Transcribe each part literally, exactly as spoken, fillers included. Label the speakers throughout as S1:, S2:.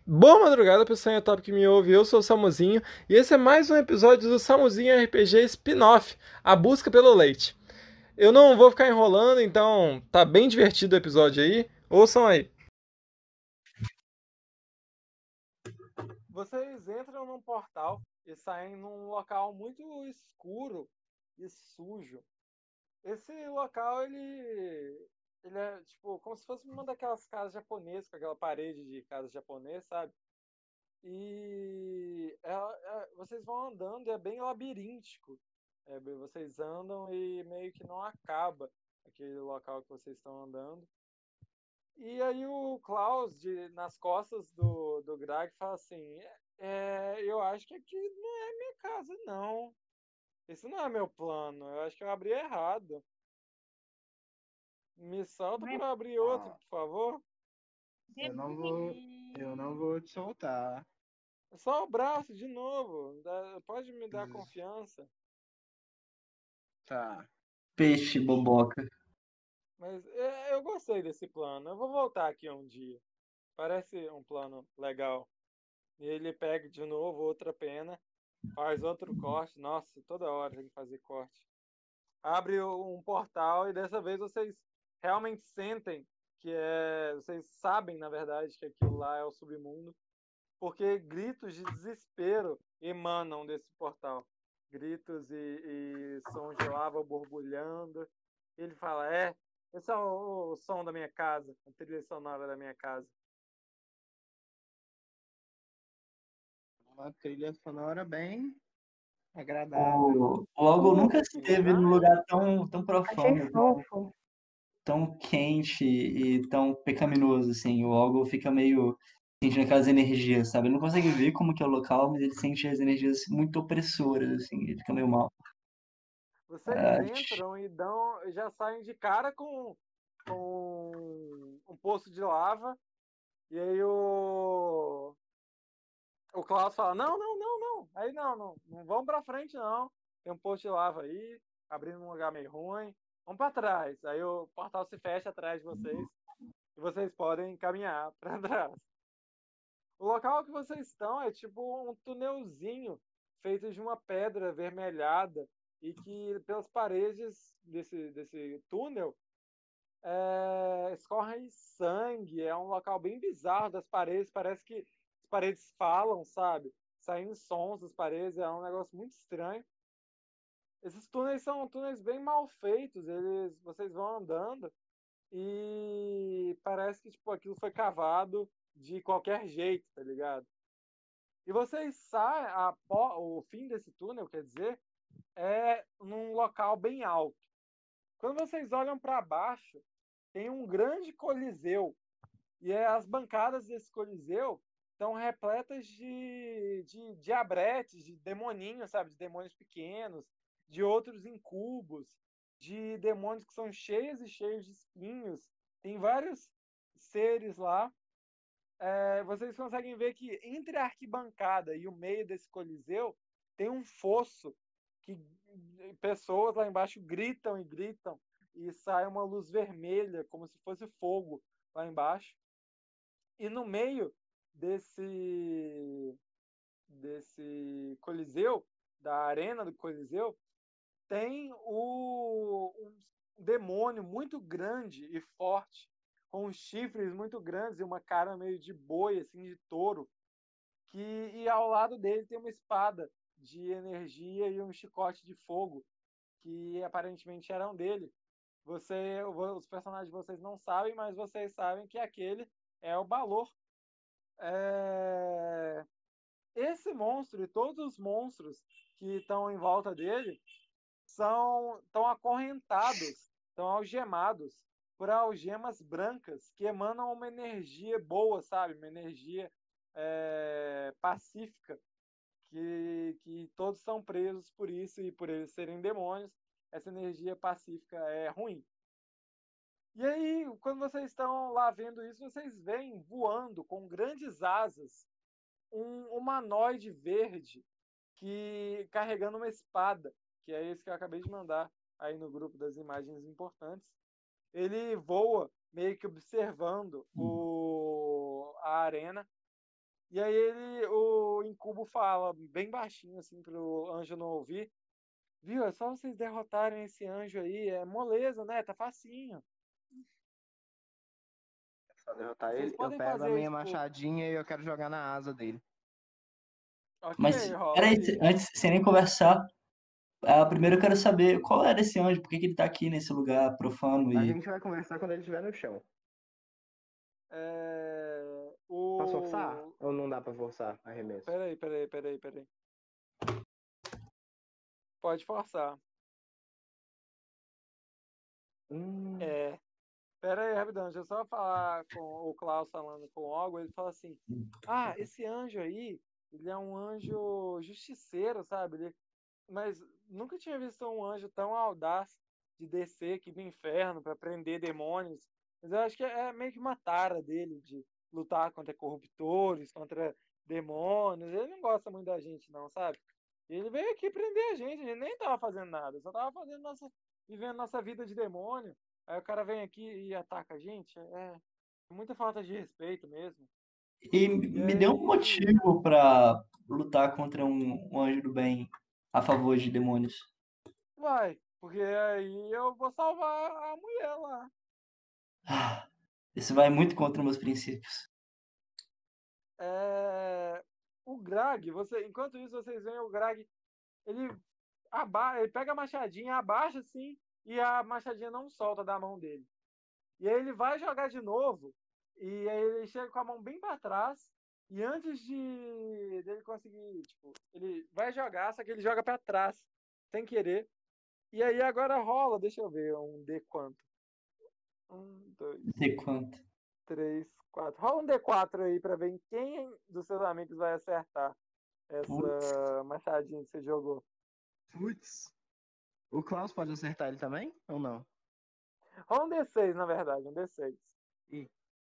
S1: Boa madrugada, pessoal top que me ouve. Eu sou o Samuzinho e esse é mais um episódio do Samuzinho R P G Spin-off, A Busca pelo Leite. Eu não vou ficar enrolando, então tá bem divertido o episódio aí. Ouçam aí. Vocês entram num portal e saem num local muito escuro e sujo. Esse local, ele, ele é tipo como se fosse uma daquelas casas japonesas, com aquela parede de casa japonesa, sabe? E é- é- vocês vão andando e é bem labiríntico. É, bem- vocês andam e meio que não acaba aquele local que vocês estão andando. E aí o Klaus, de, nas costas do, do Greg, fala assim: é, eu acho que aqui não é minha casa, não. Esse não é meu plano. Eu acho que eu abri errado. Me solta para eu abrir outro,
S2: Ó,
S1: por favor.
S2: eu não vou, eu não vou te soltar.
S1: É só o braço de novo. Dá- pode me dar confiança.
S2: Tá.
S3: Peixe boboca.
S1: Mas é, eu gostei desse plano. Eu vou voltar aqui um dia. Parece um plano legal. E ele pega de novo outra pena, faz outro corte. Nossa, toda hora tem que fazer corte. Abre um portal e dessa vez vocês realmente sentem que é. Vocês sabem, na verdade, que aquilo lá é o submundo, porque gritos de desespero emanam desse portal. Gritos e, e sons de lava borbulhando. Ele fala: É, esse é o, o som da minha casa, a trilha sonora da minha casa.
S2: Uma trilha sonora bem agradável.
S3: O, o Algo nunca esteve num
S1: Estranha?
S3: lugar tão, tão
S4: Achei
S3: profundo, tão,
S4: fofo.
S3: tão quente e tão pecaminoso, assim. O Algo fica meio sentindo aquelas energias, sabe? Ele não consegue ver como que é o local, mas ele sente as energias muito opressoras, assim. Ele fica meio mal.
S1: Vocês
S3: Ah,
S1: entram e dão, já saem de cara com, com um poço de lava. E aí o, o Klaus fala: Não, não, não, não. Aí não, não, não vamos pra frente, não. Tem um poço de lava aí, abrindo um lugar meio ruim. Vamos pra trás. Aí o portal se fecha atrás de vocês e vocês podem caminhar pra trás. O local que vocês estão é tipo um tunelzinho feito de uma pedra avermelhada e que pelas paredes desse, desse túnel é, escorre sangue. É um local bem bizarro das paredes. Parece que as paredes falam, sabe? Saem sons das paredes. É um negócio muito estranho. Esses túneis são túneis bem mal feitos. Eles, vocês vão andando e parece que tipo aquilo foi cavado de qualquer jeito, tá ligado? E vocês saem, a, o fim desse túnel, quer dizer, é num local bem alto. Quando vocês olham para baixo, tem um grande coliseu. E é, as bancadas desse coliseu estão repletas de, de diabretes, de demoninhos, sabe? De demônios pequenos, de outros incubos, de demônios que são cheios e cheios de espinhos. Tem vários seres lá. É, vocês conseguem ver que entre a arquibancada e o meio desse coliseu tem um fosso que pessoas lá embaixo gritam e gritam e sai uma luz vermelha, como se fosse fogo lá embaixo. E no meio desse desse coliseu, da arena do coliseu, tem o, um demônio muito grande e forte, com os chifres muito grandes e uma cara meio de boi, assim, de touro, que e ao lado dele tem uma espada de energia e um chicote de fogo, que aparentemente eram dele. Você, os personagens de vocês não sabem, mas vocês sabem que aquele é o Balor. É... Esse monstro e todos os monstros que estão em volta dele são estão acorrentados, estão algemados por algemas brancas que emanam uma energia boa, sabe? Uma energia é, pacífica, que, que todos são presos por isso e por eles serem demônios, essa energia pacífica é ruim. E aí, quando vocês estão lá vendo isso, vocês veem voando com grandes asas um humanoide verde que carregando uma espada, que é esse que eu acabei de mandar aí no grupo das imagens importantes. Ele voa meio que observando o, a arena E aí ele, o Incubo fala bem baixinho, assim, pro anjo não ouvir. Viu? É só vocês derrotarem esse anjo aí. É moleza, né? Tá facinho.
S2: Pra derrotar
S1: Vocês
S2: ele, eu
S1: podem
S2: pego a
S1: fazer
S2: minha
S1: isso por...
S2: machadinha e eu quero jogar na asa dele.
S1: Ok,
S3: Mas,
S1: rola
S3: peraí,
S1: aí.
S3: antes, sem nem conversar, ah, primeiro eu quero saber qual era esse anjo, por que que ele tá aqui nesse lugar profano
S2: A
S3: e...
S2: gente vai conversar quando ele estiver no chão.
S1: É...
S2: Posso forçar?
S1: O...
S2: Ou não dá pra forçar arremesso?
S1: Peraí, peraí, peraí, peraí. Pode forçar.
S2: Hum,
S1: É... Pera aí, rapidão, deixa eu só falar com o Klaus falando com o Ogro, ele fala assim, ah, esse anjo aí, ele é um anjo justiceiro, sabe? Ele... Mas nunca tinha visto um anjo tão audaz de descer aqui do inferno para prender demônios. Mas eu acho que é meio que uma tara dele de lutar contra corruptores, contra demônios. Ele não gosta muito da gente, não, sabe? Ele veio aqui prender a gente, a gente nem tava fazendo nada, só tava fazendo nossa, vivendo nossa vida de demônio. Aí o cara vem aqui e ataca a gente. É muita falta de respeito mesmo.
S3: E
S1: E
S3: me deu um
S1: aí,
S3: motivo pra lutar contra um, um anjo do bem a favor de demônios.
S1: vai, porque aí eu vou salvar a mulher lá.
S3: Ah, isso vai muito contra meus princípios.
S1: É... O Grag, você, enquanto isso vocês veem o Grag, ele, aba... ele pega a machadinha, abaixa assim, e a machadinha não solta da mão dele. E aí ele vai jogar de novo, e aí ele chega com a mão bem para trás, e antes de dele conseguir, tipo, ele vai jogar, só que ele joga para trás, sem querer. E aí agora rola, deixa eu ver, um D quanto? Um, dois,
S3: Não sei quanto.
S1: três, quatro. Rola um D quatro aí pra ver em quem dos seus amigos vai acertar
S3: Putz,
S1: essa machadinha que você jogou.
S2: putz. O Klaus pode acertar ele também? Ou não?
S1: Rola um D seis, na verdade, um D seis.
S2: Ih.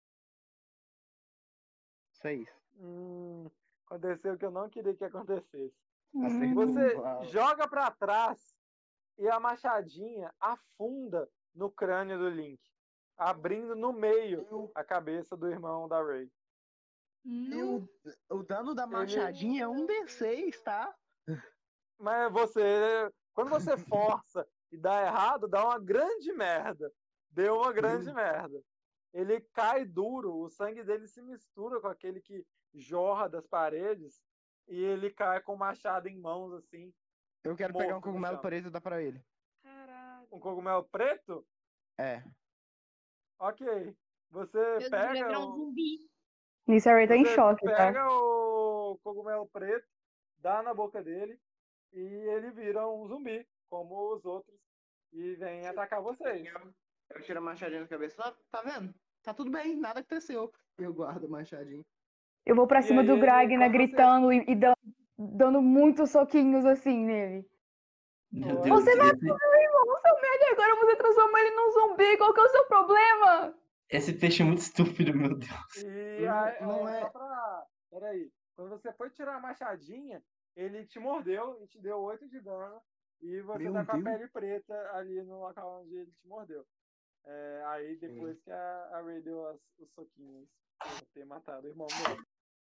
S2: Seis.
S1: Hum, aconteceu o que eu não queria que acontecesse.
S2: Acertou.
S1: Você
S2: Uau.
S1: joga pra trás e a machadinha afunda no crânio do Link, abrindo no meio
S2: Eu,
S1: a cabeça do irmão da Rey.
S2: eu, o dano da
S1: Ele,
S2: machadinha é um D seis, tá?
S1: mas você, quando você força e dá errado, dá uma grande merda. Deu uma grande
S2: Meu-
S1: merda. Ele cai duro, o sangue dele se mistura com aquele que jorra das paredes e ele cai com o machado em mãos assim,
S2: Eu quero pegar um
S1: morto no
S2: cogumelo
S1: chão.
S2: preto e dar pra ele.
S4: Caralho.
S1: Um cogumelo preto?
S2: É.
S1: Ok. Você
S4: Meu Deus, ele vai
S1: pega
S4: virar um
S1: o,
S4: zumbi.
S5: Nisso a Ray tá em
S1: você
S5: choque, tá?
S1: pega o cogumelo preto, dá na boca dele e ele vira um zumbi, como os outros, e vem atacar vocês.
S2: Eu tiro a machadinha da cabeça. Tá, tá vendo? Tá tudo bem, nada aconteceu. Eu guardo a machadinha.
S5: Eu vou pra
S1: E
S5: cima
S1: aí
S5: do
S1: ele,
S5: Gragna
S1: quando você...
S5: gritando e, e dando, dando muitos soquinhos assim nele.
S3: meu
S1: Oi?
S3: Deus,
S5: Você vai
S3: esse,
S5: meu irmão, seu merda, e agora você transformou ele num zumbi. Qual que é o seu problema?
S3: esse peixe é muito estúpido, meu Deus.
S1: E
S2: Não,
S1: aí,
S2: não
S1: ó,
S2: é-
S1: só pra... Peraí. Quando você foi tirar a machadinha, ele te mordeu e te deu oito de dano. E você
S2: Meu
S1: tá com a
S2: Deus.
S1: pele preta ali no local onde ele te mordeu. É, aí depois que a, a Ray deu as, os soquinhos por ter matado o irmão dele.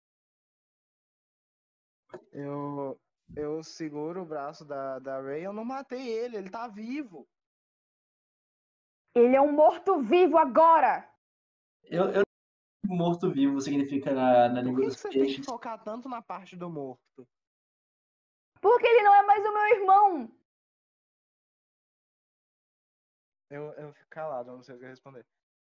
S2: Eu, eu seguro o braço da, da Ray. Eu não matei ele, ele tá vivo.
S5: Ele é um morto-vivo agora!
S3: Eu, eu morto-vivo significa na, na
S2: Por
S3: língua
S2: que,
S3: dos
S2: que você tem que
S3: peixes.
S2: focar tanto na parte do morto?
S5: Porque ele não é mais o meu irmão!
S2: Eu, eu fico calado, eu não sei o que responder.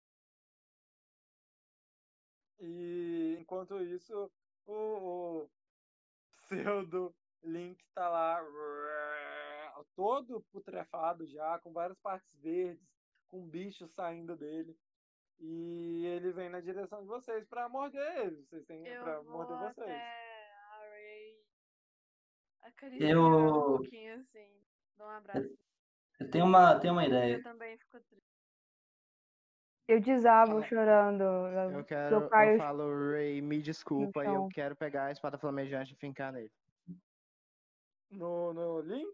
S1: E enquanto isso, o, o pseudo Link tá lá todo putrefado já, com várias partes verdes, com bichos saindo dele. E ele vem na direção de vocês pra morder ele. Vocês têm
S4: Eu
S1: pra
S4: vou
S1: morder vocês.
S4: até a Ray acariciar
S3: Eu,
S4: um pouquinho assim, dar um abraço.
S3: eu tenho uma, tenho uma
S4: Eu
S3: ideia.
S4: também fico triste.
S5: Eu desabo
S2: Ah,
S5: chorando.
S2: Eu
S5: Eu,
S2: quero,
S5: eu
S2: eu
S5: caio
S2: falo, Ray, me
S5: no
S2: desculpa, e eu
S5: chão.
S2: quero pegar a espada flamejante e fincar nele.
S1: No, no Link?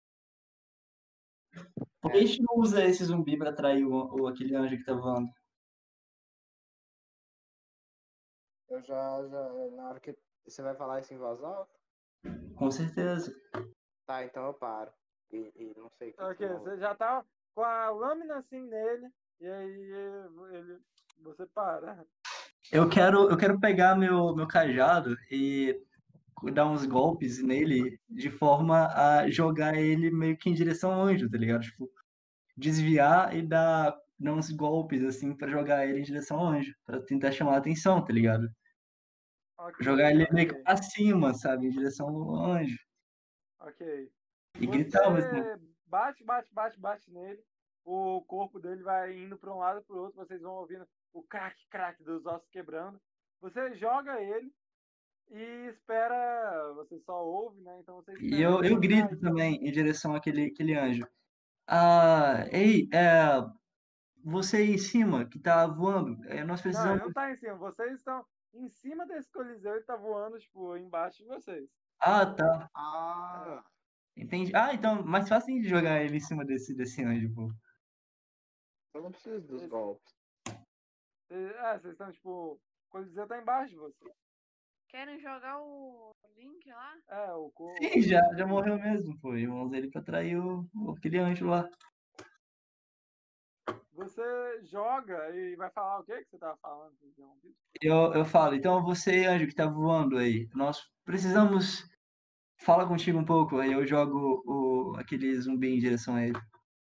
S3: Por que a gente não usa esse zumbi pra atrair o, o, aquele anjo que tá voando?
S2: Eu já, já, na hora que você vai falar isso em voz alta?
S3: Com certeza.
S2: Tá, então eu paro. E, e não sei o que que
S1: Ok,
S2: vocês vão-
S1: você já tá com a lâmina assim nele, e aí ele, você para.
S3: Eu quero, eu quero pegar meu, meu cajado e dar uns golpes nele de forma a jogar ele meio que em direção ao anjo, tá ligado? Tipo, desviar e dar, dar uns golpes assim pra jogar ele em direção ao anjo, pra tentar chamar a atenção, tá ligado?
S1: Ok,
S3: Jogar ele meio que
S1: ok,
S3: pra cima, sabe? Em direção ao anjo.
S1: ok.
S3: E gritar ao mesmo tempo.
S1: Você bate, bate, bate, bate nele. O corpo dele vai indo para um lado para o outro. Vocês vão ouvindo o crack, crack dos ossos quebrando. Você joga ele e espera. Você só ouve, né? Então você
S3: E
S1: espera
S3: eu, eu
S1: ele
S3: grito
S1: cair.
S3: também em direção àquele, àquele anjo. Ah, ei, é, você aí em cima que tá voando, é, nós
S1: Não, ele
S3: precisamos.
S1: não tá em cima. Vocês estão em cima desse coliseu e tá voando, tipo, embaixo de vocês.
S3: Ah, tá.
S2: Ah,
S3: Entendi. Ah, então, mais fácil de jogar ele em cima desse, desse anjo, pô.
S2: eu não preciso dos
S1: Esse-
S2: golpes.
S1: Vocês- É, vocês estão, tipo, o coliseu tá embaixo de vocês.
S4: Querem jogar o link lá?
S1: É, o corpo.
S3: Sim, já, já morreu mesmo, pô. E vamos ele pra trair o, o- aquele anjo lá.
S1: Você joga e vai falar o que que você tava falando? Interrompido?
S3: Eu, eu falo, então você, anjo, que tá voando aí, nós precisamos falar contigo um pouco. Aí eu jogo o, aquele zumbi em direção a ele.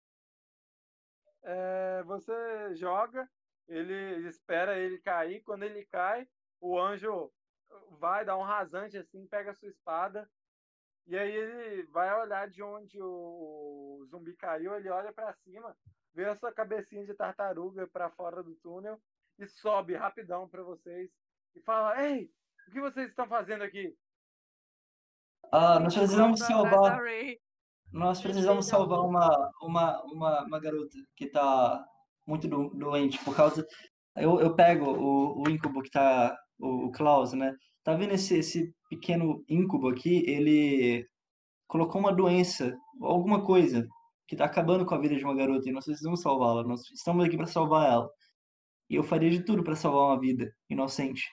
S1: É, você joga, ele espera ele cair. Quando ele cai, o anjo vai dar um rasante assim, pega a sua espada. E aí ele vai olhar de onde o zumbi caiu. Ele olha para cima, vê a sua cabecinha de tartaruga para fora do túnel e sobe rapidão para vocês e fala: Ei, o que vocês estão fazendo aqui?
S3: Ah,
S4: A
S3: nós
S4: gente
S3: precisamos
S4: correndo atrás da
S3: salvar.
S4: Ray.
S3: Nós precisamos salvar uma, uma, uma, uma garota que tá muito do- doente por causa. Eu, eu pego o, o incubo que tá. O, o Klaus, né? Tá vendo esse, esse pequeno incubo aqui? Ele colocou uma doença, alguma coisa, que tá acabando com a vida de uma garota e nós precisamos salvá-la. Nós estamos aqui para salvar ela. E eu faria de tudo para salvar uma vida inocente.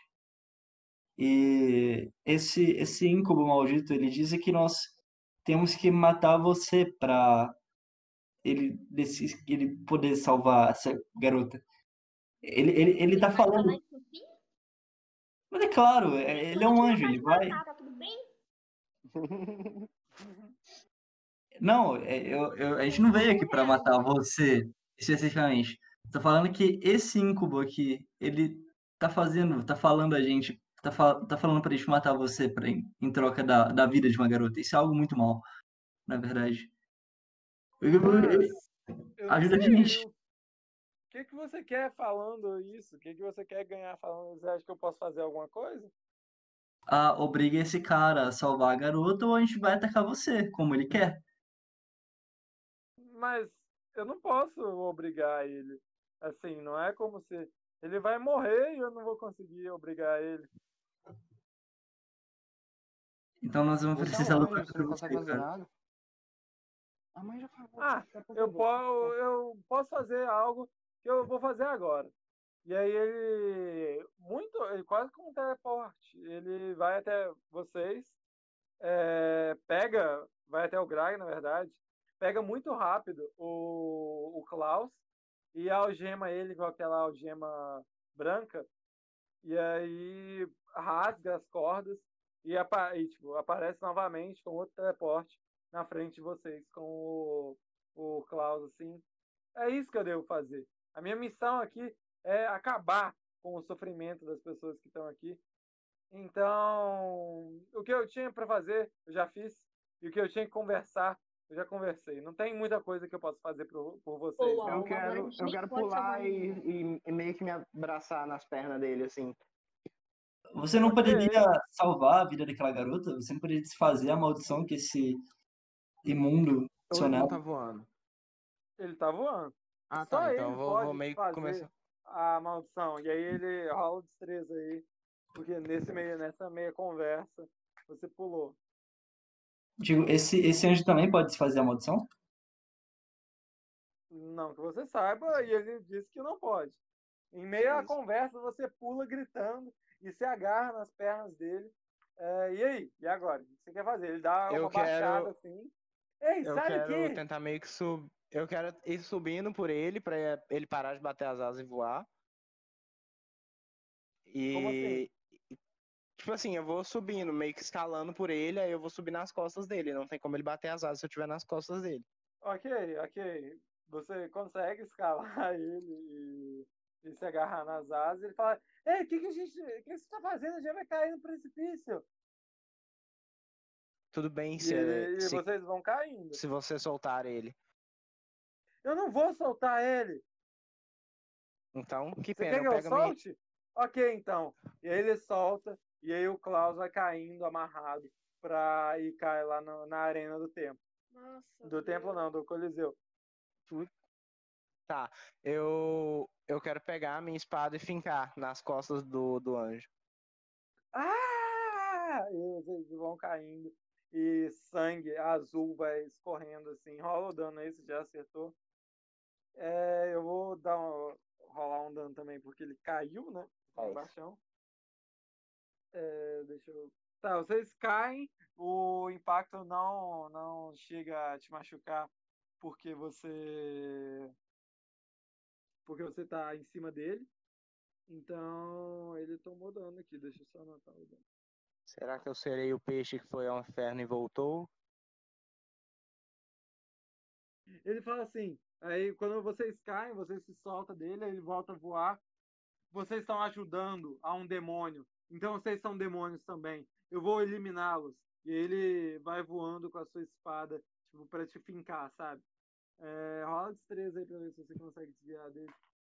S3: E esse, esse incubo maldito, ele diz que nós temos que matar você para ele, desse- ele poder salvar essa garota. Ele, ele, ele tá
S6: Vai falar
S3: falando,
S6: isso sim?
S3: mas é claro, é- ele é um anjo, ele vai.
S6: Matar, tá tudo bem?
S3: Não, é- eu, eu, a gente não veio aqui para matar você especificamente. Tô falando que esse incubo aqui, ele tá fazendo, tá falando a gente, tá, fa- tá falando pra gente matar você pra, em, em troca da, da vida de uma garota. Isso é algo muito mal, na verdade. Eu- eu- eu-
S1: Mas eu não
S3: Ajuda a
S1: sei
S3: gente.
S1: o que que você quer falando isso? O que que você quer ganhar falando isso? Você acha que eu posso fazer alguma coisa?
S3: Ah, obriga esse cara a salvar a garota ou a gente vai atacar você, como ele quer.
S1: Mas eu não posso obrigar ele. Assim, não é como se ele vai morrer e eu não vou conseguir obrigar ele.
S3: Então nós vamos
S2: Você é
S3: precisar
S2: um
S3: lutar
S2: anjo, você
S3: por
S2: não
S3: você,
S2: consegue fazer
S3: cara.
S2: nada. A mãe já falou.
S1: Ah,
S2: daqui a pouco
S1: eu,
S2: vou.
S1: po eu posso fazer algo que eu vou fazer agora. E aí ele, muito, ele quase como um teleporte, ele vai até vocês, é, pega, vai até o Greg, na verdade, pega muito rápido o, o Klaus e algema ele com aquela algema branca, e aí rasga as cordas e, apa e tipo, aparece novamente com outro teleporte na frente de vocês, com o, o Klaus, assim. É isso que eu devo fazer. A minha missão aqui é acabar com o sofrimento das pessoas que estão aqui. Então, o que eu tinha para fazer, eu já fiz. E o que eu tinha que conversar, eu já conversei. Não tem muita coisa que eu possa fazer por, por vocês.
S6: Pô,
S1: né?
S2: Eu
S6: agora a
S2: quero,
S6: gente
S2: eu
S6: nem
S2: quero
S6: pode
S2: pular
S6: salvar
S2: e,
S6: ninguém.
S2: e, e meio que me abraçar nas pernas dele, assim.
S3: Você não
S1: Ok,
S3: poderia salvar a vida daquela garota? Você não poderia desfazer a maldição que esse imundo
S2: Ou ele não
S3: adicional?
S2: tá voando?
S1: ele tá voando.
S2: Ah,
S1: Só
S2: tá. Então
S1: ele
S2: eu vou,
S1: pode
S2: vou meio que
S1: fazer
S2: começar.
S1: a maldição. E aí ele rola destreza aí. Porque nesse meio, nessa meia conversa, você pulou.
S3: Digo, esse, esse anjo também pode desfazer a maldição?
S1: Não que você saiba, e ele disse que não pode. Em meio à
S2: Isso.
S1: conversa, você pula gritando e se agarra nas pernas dele. É, e aí? E agora? O que você quer fazer? Ele dá
S2: Eu
S1: uma baixada
S2: quero,
S1: assim. Ei,
S2: eu
S1: sai
S2: quero
S1: daqui!
S2: tentar meio que sub, eu quero ir subindo por ele pra ele parar de bater as asas e voar.
S1: Como assim?
S2: E tipo assim, eu vou subindo, meio que escalando por ele, aí eu vou subir nas costas dele. Não tem como ele bater as asas se eu estiver nas costas dele.
S1: Ok, ok. Você consegue escalar ele e, e se agarrar nas asas. Ele fala: Ei, o que, que a gente. O que você está fazendo? A gente vai cair no precipício.
S2: Tudo bem
S1: E,
S2: se,
S1: ele, e
S2: se,
S1: vocês vão caindo.
S2: se você soltar ele.
S1: Eu não vou soltar ele.
S2: Então, que
S1: Você
S2: pena,
S1: quer
S2: eu
S1: que eu
S2: pego a minha.
S1: solte? Ok, então. E aí ele solta, e aí o Klaus vai caindo amarrado pra ir cair lá no- na arena do templo.
S4: Nossa,
S1: Do templo não, do Coliseu.
S2: Tá, eu, eu quero pegar a minha espada e fincar nas costas do, do anjo.
S1: Ah! E vocês vão caindo. E sangue azul vai escorrendo assim. Rola o dano aí, você já acertou. É, eu vou dar um, rolar um dano também, porque ele caiu, né? Tá
S2: É.
S1: embaixo. É, deixa eu. Tá, vocês caem, o impacto não, não chega a te machucar porque você. Porque você tá em cima dele. Então ele tomou dano aqui. Deixa eu só anotar o dano.
S2: Será que eu serei o peixe que foi ao inferno e voltou?
S1: Ele fala assim, aí quando vocês caem, você se solta dele, aí ele volta a voar. Vocês estão ajudando a um demônio, então vocês são demônios também. Eu vou eliminá-los. E ele vai voando com a sua espada, tipo, pra te fincar, sabe? É, rola destreza aí pra ver se você consegue desviar dele.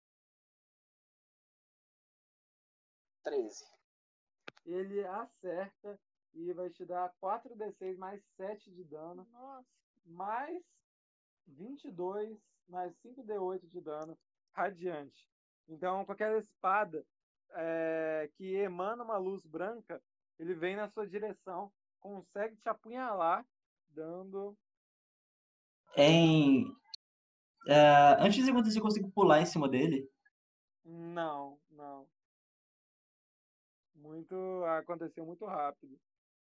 S2: treze.
S1: Ele acerta e vai te dar quatro d seis mais sete de dano,
S4: nossa.
S1: mais vinte e dois, mais cinco d oito de dano radiante. Então, com aquela espada é, que emana uma luz branca, ele vem na sua direção, consegue te apunhalar, dando.
S3: Em, é, antes de acontecer, eu consigo pular em cima dele.
S1: Não, não. Muito. Aconteceu muito rápido.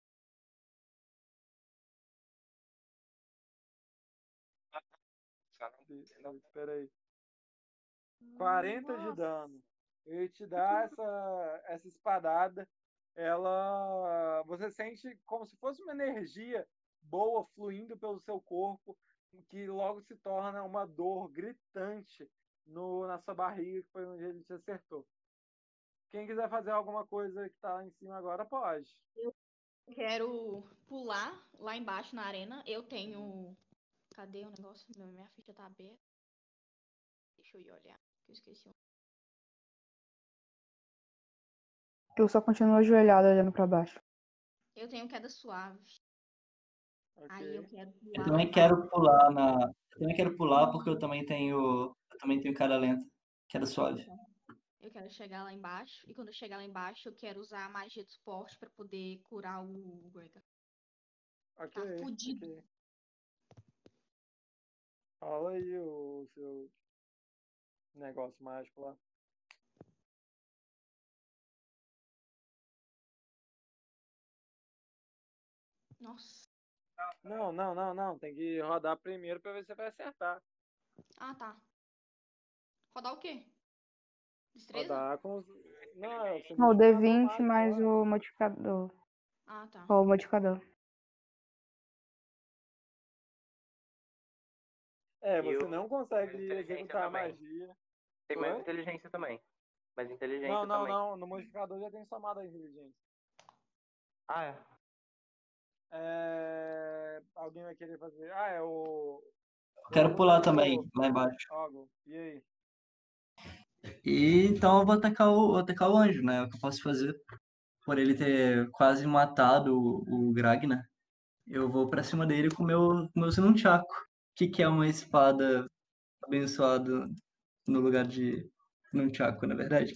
S1: Espera aí. quarenta de dano. Ele te dá essa, essa espadada. Ela. Você sente como se fosse uma energia boa fluindo pelo seu corpo, que logo se torna uma dor gritante no, na sua barriga, que foi onde ele te acertou. Quem quiser fazer alguma coisa que está lá em cima agora, pode.
S6: Eu quero pular lá embaixo na arena. Eu tenho. Cadê o negócio? Meu- Minha ficha tá aberta. Deixa eu ir olhar, que eu esqueci.
S5: Eu só continuo ajoelhado olhando pra baixo.
S6: Eu tenho queda suave.
S1: Ok.
S6: Aí eu quero
S3: Eu
S6: pular lá
S3: também
S6: embaixo.
S3: quero pular na. Eu também quero pular porque eu também tenho. Eu também tenho cara lenta. Queda suave.
S6: Eu quero chegar lá embaixo. E quando eu chegar lá embaixo, eu quero usar a magia de suporte pra poder curar o Gregor.
S1: Ok,
S6: Tá fudido.
S1: ok. Fala aí o seu negócio mágico lá.
S6: Nossa.
S1: Não, não, não, não. Tem que rodar primeiro pra ver se você vai acertar.
S6: Ah, tá. Rodar o quê? Destreza?
S1: Rodar com os. Não, é o seu
S5: O D
S1: modificador
S5: vinte
S1: mágico
S5: mais
S1: lá.
S5: o modificador.
S6: Ah, tá.
S5: Ó, o modificador.
S1: É,
S2: E
S1: você
S2: o-
S1: não consegue
S2: inteligência
S1: executar a
S2: também.
S1: magia.
S2: Tem mais
S1: Oi?
S2: inteligência também. Mais
S1: Não,
S2: inteligência
S1: não,
S2: também.
S1: não. No modificador já tem somado a inteligência.
S2: Ah, é.
S1: É... Alguém vai querer fazer. Ah, é o.
S3: Eu quero
S1: O
S3: pular
S1: Ogo
S3: também,
S1: tentou.
S3: lá embaixo.
S1: Ogo, e aí?
S3: E então eu vou atacar o, vou atacar o anjo, né? É o que eu posso fazer. Por ele ter quase matado o, o Gragnar. Eu vou pra cima dele com o meu, com o meu Nunchaku, que que é uma espada abençoada no lugar de Nunchaku, na verdade.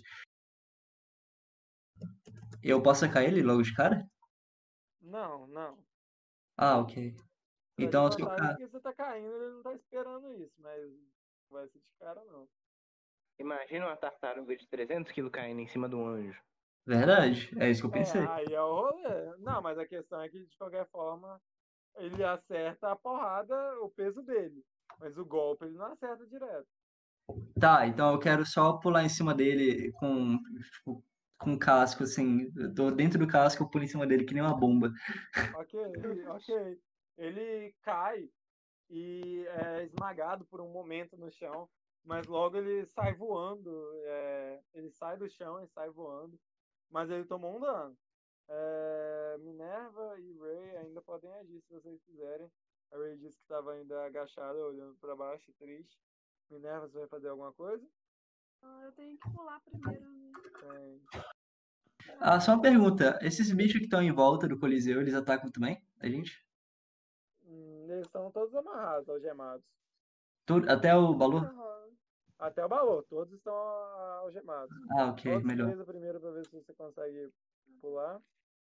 S3: Eu posso sacar ele logo de cara?
S1: Não, não.
S3: Ah, ok.
S1: Você vai ter
S3: Então eu
S1: vantagem
S3: socar.
S1: porque você tá caindo e ele não tá esperando isso, mas não vai ser de cara, não.
S2: Imagina uma tartaruga de trezentos quilos caindo em cima de um anjo.
S3: Verdade, é isso que eu
S1: É,
S3: pensei.
S1: aí é o rolê. Não, mas a questão é que, de qualquer forma, ele acerta a porrada, o peso dele. Mas o golpe ele não acerta direto.
S3: Tá, então eu quero só pular em cima dele com, tipo, com casco, assim. Eu tô dentro do casco, eu pulo em cima dele que nem uma bomba.
S1: Ok, ok. Ele cai e é esmagado por um momento no chão, mas logo ele sai voando. é, ele sai do chão e sai voando, mas ele tomou um dano. É, Minerva e Ray ainda podem agir se vocês quiserem. A Ray disse que estava ainda agachada, olhando para baixo, triste. Minerva, você vai fazer alguma coisa?
S4: Ah, eu tenho que pular primeiro, né?
S1: Tem.
S3: Ah, só uma pergunta. Esses bichos que estão em volta do Coliseu, eles atacam também a gente?
S1: Hum, eles estão todos amarrados, algemados.
S3: Tudo, até o Balu?
S4: Eita, rola.
S1: Até o Balor, todos estão ah, algemados.
S3: Ah, ok,
S1: Rola
S3: melhor.
S1: destreza primeiro para ver se você consegue pular.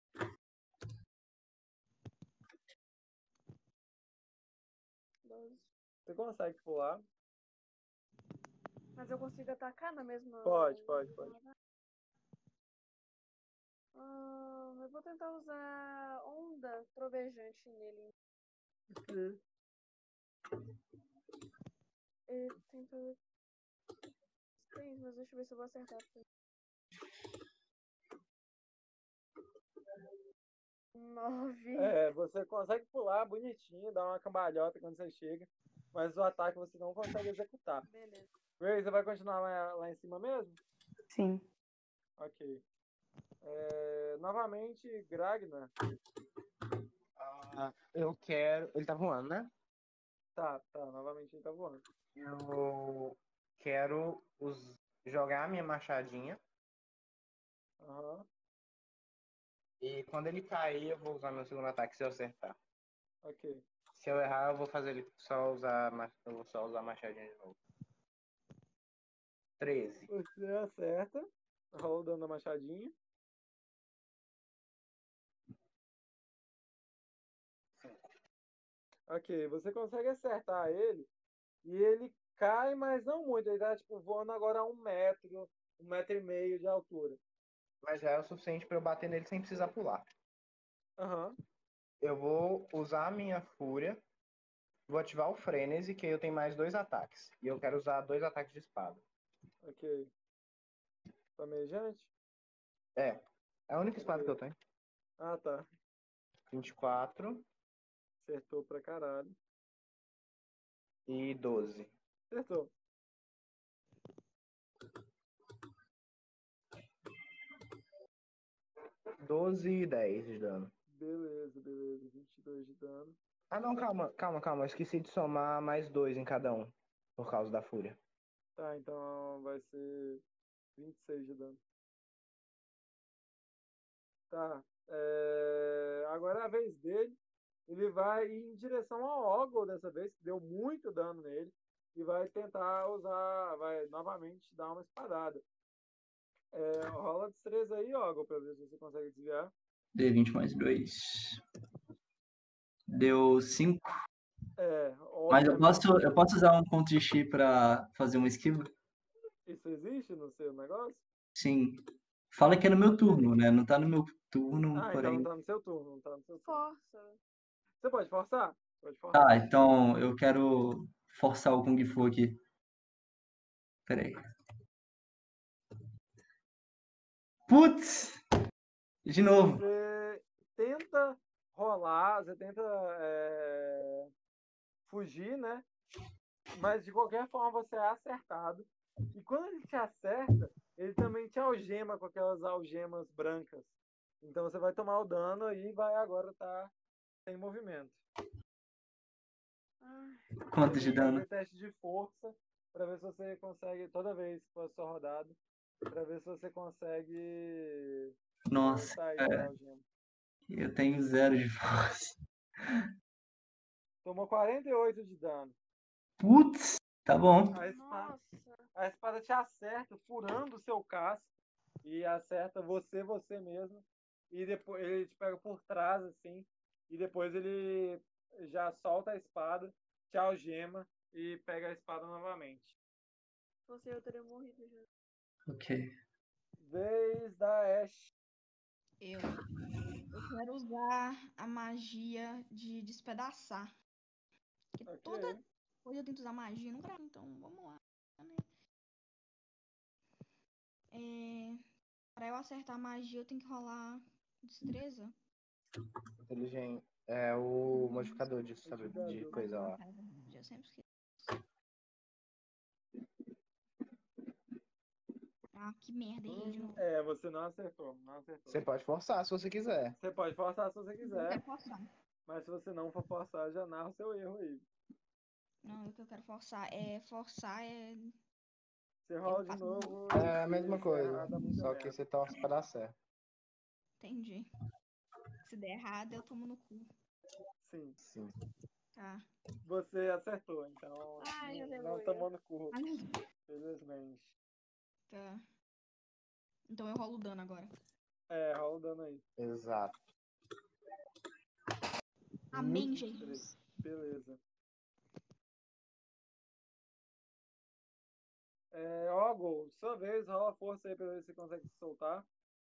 S4: doze.
S1: Você consegue pular?
S4: Mas eu consigo atacar na mesma.
S1: Pode, pode, pode.
S4: Ah, eu vou tentar usar onda trovejante nele. Ele tem que seis, mas deixa eu ver se eu vou acertar. Nove.
S1: É, você consegue pular bonitinho, dar uma cambalhota quando você chega, mas o ataque você não consegue executar.
S4: Beleza.
S1: Ray, você vai continuar lá, lá em cima mesmo?
S5: Sim.
S1: Ok. É, novamente, Gragnar.
S2: Ah, eu quero. Ele tá voando, né?
S1: Tá, tá, novamente ele tá voando.
S2: Eu quero us- jogar a minha machadinha.
S1: Aham,
S2: E quando ele cair, eu vou usar meu segundo ataque se eu acertar.
S1: ok.
S2: Se eu errar, eu vou fazer ele só usar. a ma- Eu vou só usar a machadinha de novo. treze.
S1: Você acerta, rola o dano da machadinha. Ok, você consegue acertar ele e ele cai, mas não muito. Ele tá tipo voando agora a um metro, um metro e meio de altura.
S2: Mas já é o suficiente pra eu bater nele sem precisar pular.
S1: Aham,
S2: Eu vou usar a minha fúria. Vou ativar o frenesi, que aí eu tenho mais dois ataques. E eu quero usar dois ataques de espada.
S1: ok. Flamejante?
S2: É. É a única espada
S1: Ok.
S2: que eu tenho.
S1: Ah, tá.
S2: vinte e quatro
S1: Acertou pra caralho.
S2: e doze.
S1: Acertou.
S2: doze e dez de dano.
S1: Beleza, beleza. vinte e dois de dano.
S2: Ah, não, calma, calma, calma. Eu esqueci de somar mais dois em cada um. Por causa da fúria.
S1: Tá, então vai ser vinte e seis de dano. Tá. É, agora é a vez dele. Ele vai ir em direção ao Ogre dessa vez, que deu muito dano nele. E vai tentar usar. Vai novamente dar uma espadada. É, rola destreza aí, Ogre, pra ver se você consegue desviar.
S3: D vinte mais dois. Deu cinco.
S1: É,
S3: Mas eu
S1: obviamente.
S3: posso, eu posso usar um ponto de chi pra fazer uma esquiva?
S1: Isso existe no seu negócio?
S3: Sim. Fala que é no meu turno, né? Não tá no meu turno,
S1: Ah, então não
S3: porém.
S1: tá no seu turno, não tá no seu turno.
S4: Força.
S1: Você pode forçar? Pode
S3: Tá,
S1: forçar.
S3: então eu quero forçar o Kung Fu aqui. Pera aí. Putz! De novo.
S1: Você tenta rolar, você tenta é, fugir, né? Mas de qualquer forma você é acertado. E quando ele te acerta, ele também te algema com aquelas algemas brancas. Então você vai tomar o dano e vai agora estar sem movimento.
S4: Ai,
S3: Quanto
S1: Você
S3: de
S1: tem que
S3: dano?
S1: fazer teste de força para ver se você consegue, toda vez que for a sua rodada, para ver se você consegue
S3: Nossa,
S1: sair da
S3: cara.
S1: algema.
S3: Eu tenho zero de força.
S1: Tomou quarenta e oito de dano.
S3: Putz! Tá bom.
S1: A espada,
S4: nossa.
S1: a espada te acerta, furando o seu casco e acerta você, você mesmo. E depois ele te pega por trás, assim, e depois ele já solta a espada, te algema e pega a espada novamente.
S4: Se fosse eu, teria morrido já.
S3: Ok.
S1: Vez da Ashe.
S6: Eu. Eu quero usar a magia de despedaçar. Porque
S1: Ok.
S6: toda coisa eu tento usar magia no Brasil, então vamos lá, né? É, Pra eu acertar a magia, eu tenho que rolar destreza.
S2: Inteligente. É o modificador de, sabe, de
S1: Modificador.
S2: coisa lá.
S6: Ah, eu sempre esqueço. Ah, que merda, errei de
S1: Hum,
S6: novo.
S1: é, você não acertou. Não acertou.
S2: Você pode forçar se você quiser.
S1: Você pode forçar se você
S6: Eu
S1: quiser,
S6: quero forçar.
S1: mas se você não for forçar, já narra o seu erro aí.
S6: Não, o que eu quero forçar é forçar é.
S1: Você rola de
S6: faço-
S1: novo
S2: É a
S1: e
S2: mesma
S1: se
S2: coisa.
S1: errar, dá muita
S2: Só que
S1: merda.
S2: você torce pra dar certo.
S6: Entendi. Se der errado, eu tomo no cu.
S1: Sim.
S2: Sim.
S6: Tá.
S1: Você acertou, então
S4: Ai,
S1: não,
S4: aleluia.
S1: não tomou no cu,
S6: Ah,
S1: felizmente.
S6: Tá. Então eu rolo o dano agora.
S1: É, rola o dano aí.
S2: Exato.
S6: Amém,
S1: vinte e três.
S6: Jesus.
S1: Beleza. É, Ogol, sua vez, rola força aí pra ver se você consegue se soltar.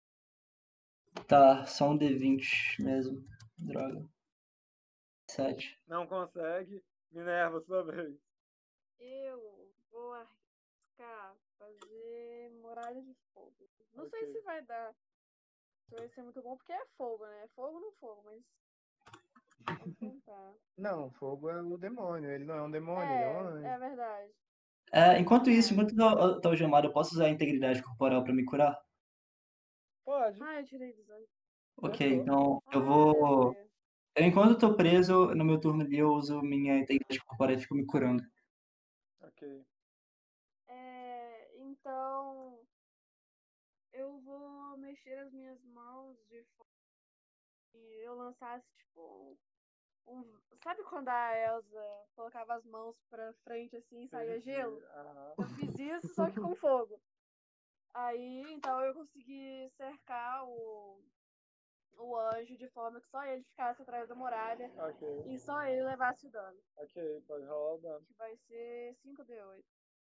S3: Tá, só um D vinte mesmo. Droga. Sete.
S1: Não consegue. Minerva, sua vez.
S4: Eu vou arriscar fazer muralha de fogo. Não sei
S1: Ok.
S4: se vai dar. Se vai ser muito bom, porque é fogo, né? É fogo no fogo, mas. Vamos tentar.
S2: Não, fogo é o demônio. Ele não é um demônio, ele é um
S4: É,
S2: anjo.
S4: é verdade.
S3: É, enquanto isso,
S4: Tá.
S3: enquanto eu tô, eu tô algemado, eu posso usar a integridade corporal pra me curar?
S1: Pode.
S4: Ah, eu tirei dezoito.
S3: Ok,
S1: Fechou.
S3: então eu
S4: Ah,
S3: vou.
S4: aleluia.
S3: Eu, enquanto eu tô preso, no meu turno ali, eu uso minha integridade corporal e fico me curando.
S1: Ok.
S4: É, então. Eu vou mexer as minhas mãos de forma que eu lançasse, tipo. Um... Sabe quando a Elsa colocava as mãos pra frente assim e saía gelo?
S1: Aham.
S4: Eu fiz isso, só que com fogo. Aí, então eu consegui cercar o, o anjo de forma que só ele ficasse atrás da muralha
S1: Ok.
S4: e só ele levasse o dano.
S1: Ok, pode rolar o dano.
S4: Que vai ser cinco D oito.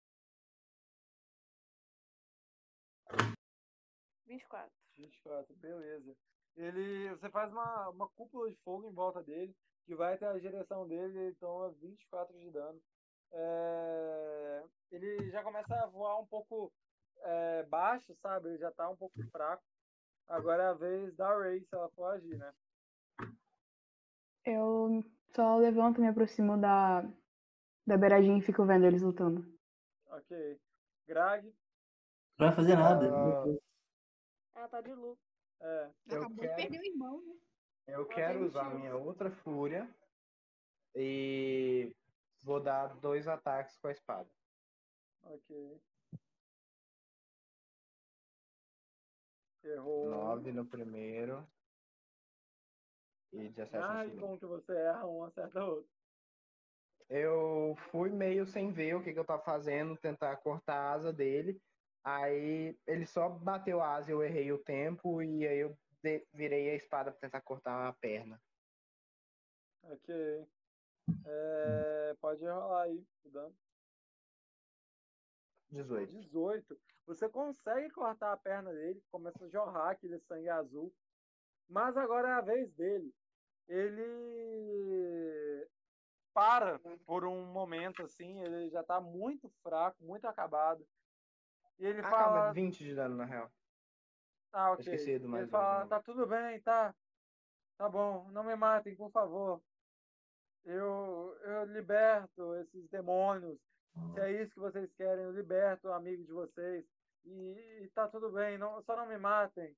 S4: vinte e quatro.
S1: vinte e quatro, beleza. Ele, você faz uma, uma cúpula de fogo em volta dele, que vai até a direção dele, ele toma vinte e quatro de dano. É, ele já começa a voar um pouco é, baixo, sabe? Ele já tá um pouco fraco. Agora é a vez da Ray, se ela for agir, né?
S5: Eu só levanto, me aproximo da, da beiradinha e fico vendo eles lutando.
S1: Ok. Grag,
S3: Não vai fazer nada.
S2: Ah,
S4: Ela tá de luto.
S1: é.
S2: eu
S6: Acabou de
S2: quero,
S6: perder o irmão, né?
S2: eu
S4: Ela
S2: quero
S4: tem
S2: usar
S4: motivo.
S2: minha outra fúria e vou dar dois ataques com a espada.
S1: Ok. Errou.
S2: Nove no primeiro e dezessete no
S1: Ah, que
S2: segundo.
S1: bom que você erra um, acerta outro.
S2: Eu fui meio sem ver o que, que eu tava fazendo, tentar cortar a asa dele. Aí ele só bateu a asa, eu errei o tempo e aí eu de- virei a espada pra tentar cortar a perna.
S1: Ok. É, pode rolar aí o dano.
S2: dezoito.
S1: dezoito. Você consegue cortar a perna dele, começa a jorrar aquele sangue azul. Mas agora é a vez dele. Ele para por um momento assim, ele já tá muito fraco, muito acabado. E ele
S2: Ah, calma,
S1: fala,
S2: vinte de dano na real.
S1: ah,
S2: Eu esqueci
S1: ok.
S2: do
S1: E ele
S2: mais dois de
S1: fala,
S2: novo.
S1: tá tudo bem, tá? Tá bom, não me matem, por favor. Eu, eu liberto esses demônios. Se é isso que vocês querem, eu liberto o amigo de vocês. E, e tá tudo bem, não, só não me matem.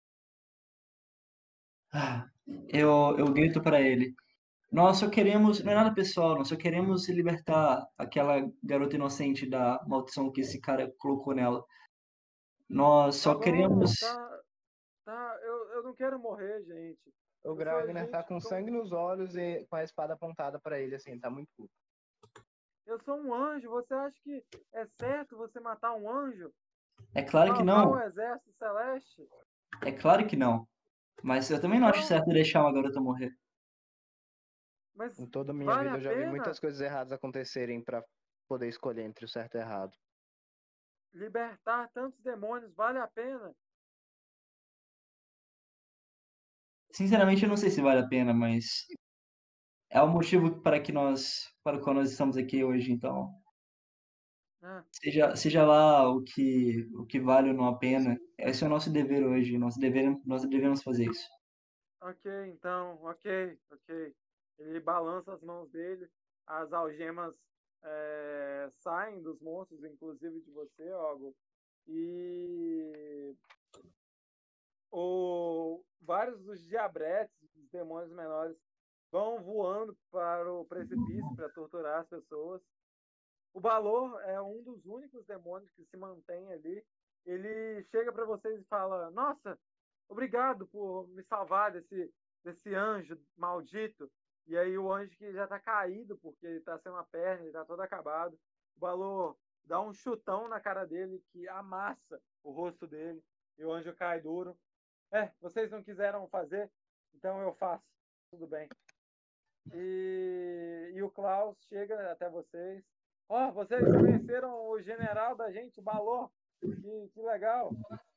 S3: Ah, Eu, eu grito pra ele. Nós só queremos, não é nada pessoal, nós só queremos libertar aquela garota inocente da maldição que esse cara colocou nela. Nós
S1: Tá
S3: só
S1: bom,
S3: queremos.
S1: tá, tá, eu, eu não quero morrer, gente.
S2: O
S1: Eu sou
S2: Gragner tá
S1: gente,
S2: com
S1: como-
S2: sangue nos olhos e com a espada apontada pra ele, assim, tá muito puto.
S1: eu sou um anjo. Você acha que é certo você matar um anjo?
S3: É claro que
S1: Salvar o
S3: não,
S1: exército celeste?
S3: é claro que não. Mas eu também não acho
S1: Então,
S3: certo deixar uma garota morrer.
S1: mas
S2: Em toda a minha
S1: vale
S2: vida
S1: a
S2: eu já vi
S1: pena
S2: muitas coisas erradas acontecerem pra poder escolher entre o certo e o errado.
S1: libertar tantos demônios? Vale a pena?
S3: Sinceramente, eu não sei se vale a pena, mas é o motivo para que nós, para o qual nós estamos aqui hoje, então.
S1: Ah,
S3: Seja, seja lá o que, o que vale ou não a pena, esse é o nosso dever hoje, nós devemos, nós devemos fazer isso.
S1: ok, então, ok, ok. Ele balança as mãos dele, as algemas é, saem dos monstros, inclusive de você, Ogo, e o, vários dos diabretes, dos demônios menores, vão voando para o precipício para torturar as pessoas. O Balor é um dos únicos demônios que se mantém ali. Ele chega para vocês e fala: Nossa, obrigado por me salvar desse, desse anjo maldito. E aí o anjo que já tá caído, porque ele tá sem uma perna, ele tá todo acabado. O Balor dá um chutão na cara dele que amassa o rosto dele. E o anjo cai duro. É, vocês não quiseram fazer, então eu faço. Tudo bem. E, e o Klaus chega até vocês. Ó, oh, vocês conheceram o general da gente, o Balor. Que, que legal.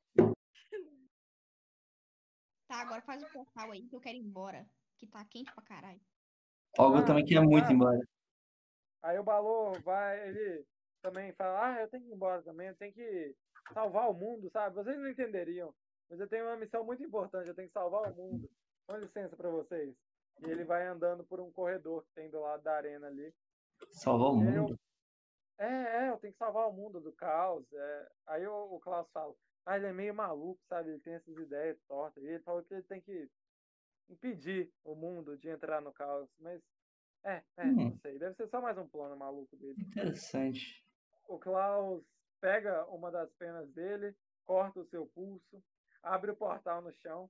S6: Tá, agora faz o portal aí que eu quero ir embora. Que tá quente pra caralho.
S3: Algo
S1: Ah,
S3: também quer muito
S1: tá.
S3: embora.
S1: Aí o Balor vai, ele também fala, ah, eu tenho que ir embora também, eu tenho que salvar o mundo, sabe? Vocês não entenderiam, mas eu tenho uma missão muito importante, eu tenho que salvar o mundo. Com licença para vocês. E ele vai andando por um corredor que tem do lado da arena ali.
S3: Salvar o
S1: E aí eu,
S3: mundo?
S1: é, é, eu tenho que salvar o mundo do caos. É. Aí o, o Klaus fala, ah, ele é meio maluco, sabe? Ele tem essas ideias tortas. E ele falou que ele tem que impedir o mundo de entrar no caos. Mas, é, é,
S3: Hum,
S1: não sei. Deve ser só mais um plano maluco dele.
S3: interessante.
S1: O Klaus pega uma das penas dele, corta o seu pulso, abre o portal no chão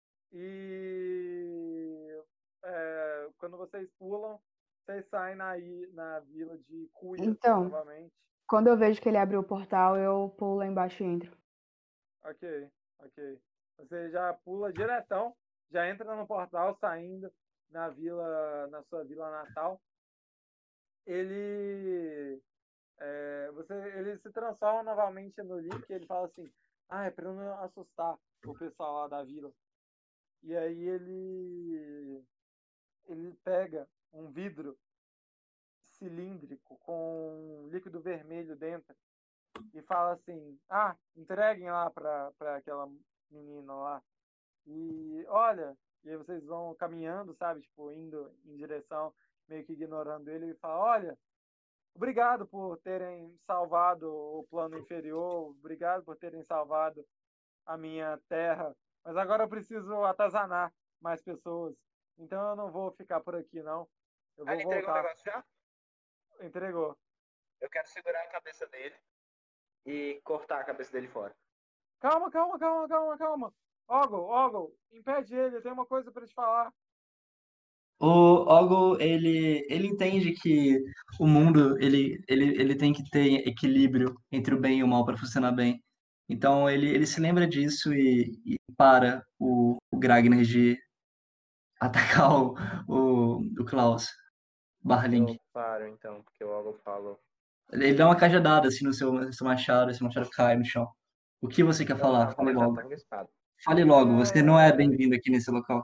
S1: e é, quando vocês pulam, vocês saem na, na vila de Cuias
S5: Então,
S1: novamente.
S5: quando eu vejo que ele abriu o portal, eu pulo lá embaixo e entro.
S1: Ok, ok. Você já pula diretão, já entra no portal saindo na vila, na sua vila natal. Ele É, você, ele se transforma novamente no Link e ele fala assim, ah, é pra eu não assustar o pessoal lá da vila. E aí ele, ele pega um vidro cilíndrico com um líquido vermelho dentro e fala assim, ah, entreguem lá pra, pra aquela menina lá. E olha, e aí vocês vão caminhando, sabe, tipo, indo em direção, meio que ignorando ele, e fala, olha, obrigado por terem salvado o plano inferior, obrigado por terem salvado a minha terra, mas agora eu preciso atazanar mais pessoas. Então eu não vou ficar por aqui, não. Eu
S2: Ah,
S1: vou
S2: ele entregou o
S1: voltar.
S2: negócio já?
S1: Entregou.
S2: Eu quero segurar a cabeça dele e cortar a cabeça dele fora.
S1: Calma, calma, calma, calma, calma. Ogle, Ogle, impede ele, eu tenho uma coisa para te falar.
S3: O Ogo, ele, ele entende que o mundo, ele, ele, ele tem que ter equilíbrio entre o bem e o mal para funcionar bem. Então, ele, ele se lembra disso e, e para o, o Gragner de atacar o, o, o Klaus, barra Link.
S2: Eu paro então, porque o Algo falou.
S3: Ele dá uma cajadada assim no seu, no seu machado, seu machado cai no chão. O que você quer
S2: Não,
S3: falar?
S2: tá com
S3: Fale
S2: uma
S3: logo.
S2: katana espada.
S3: Fale logo, você não é
S1: É,
S3: bem-vindo aqui nesse local.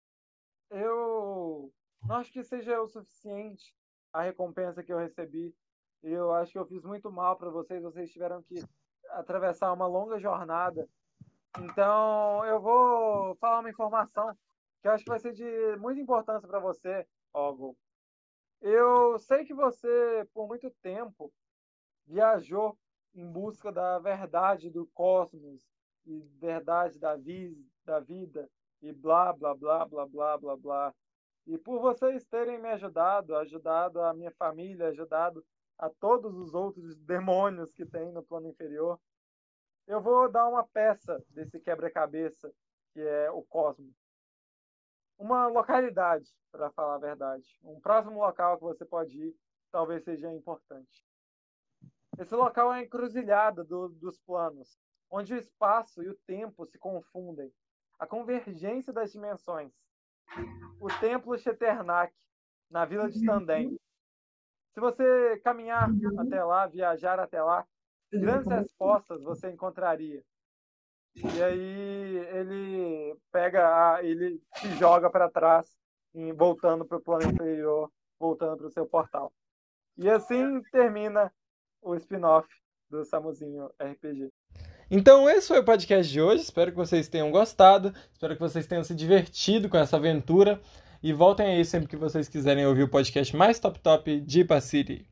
S1: eu não acho que seja o suficiente a recompensa que eu recebi. Eu acho que eu fiz muito mal para vocês. Vocês tiveram que atravessar uma longa jornada. Então, eu vou falar uma informação que eu acho que vai ser de muita importância para você, Ogo. Eu sei que você, por muito tempo, viajou em busca da verdade do cosmos e verdade da, vi da vida e blá, blá, blá, blá, blá, blá, blá. E por vocês terem me ajudado, ajudado a minha família, ajudado a todos os outros demônios que tem no plano inferior, eu vou dar uma peça desse quebra-cabeça que é o cosmos. Uma localidade, para falar a verdade. Um próximo local que você pode ir, talvez seja importante. Esse local é a encruzilhada do, dos planos, onde o espaço e o tempo se confundem. A convergência das dimensões. O Templo Cheternak, na vila de Tandem. Se você caminhar até lá, viajar até lá, grandes respostas você encontraria. E aí ele pega, a, ele se joga para trás, em- voltando para o plano inferior, voltando para o seu portal. E assim termina o spin-off do Samuzinho R P G.
S7: Então esse foi o podcast de hoje, espero que vocês tenham gostado, espero que vocês tenham se divertido com essa aventura, e voltem aí sempre que vocês quiserem ouvir o podcast mais top top de Ipa City.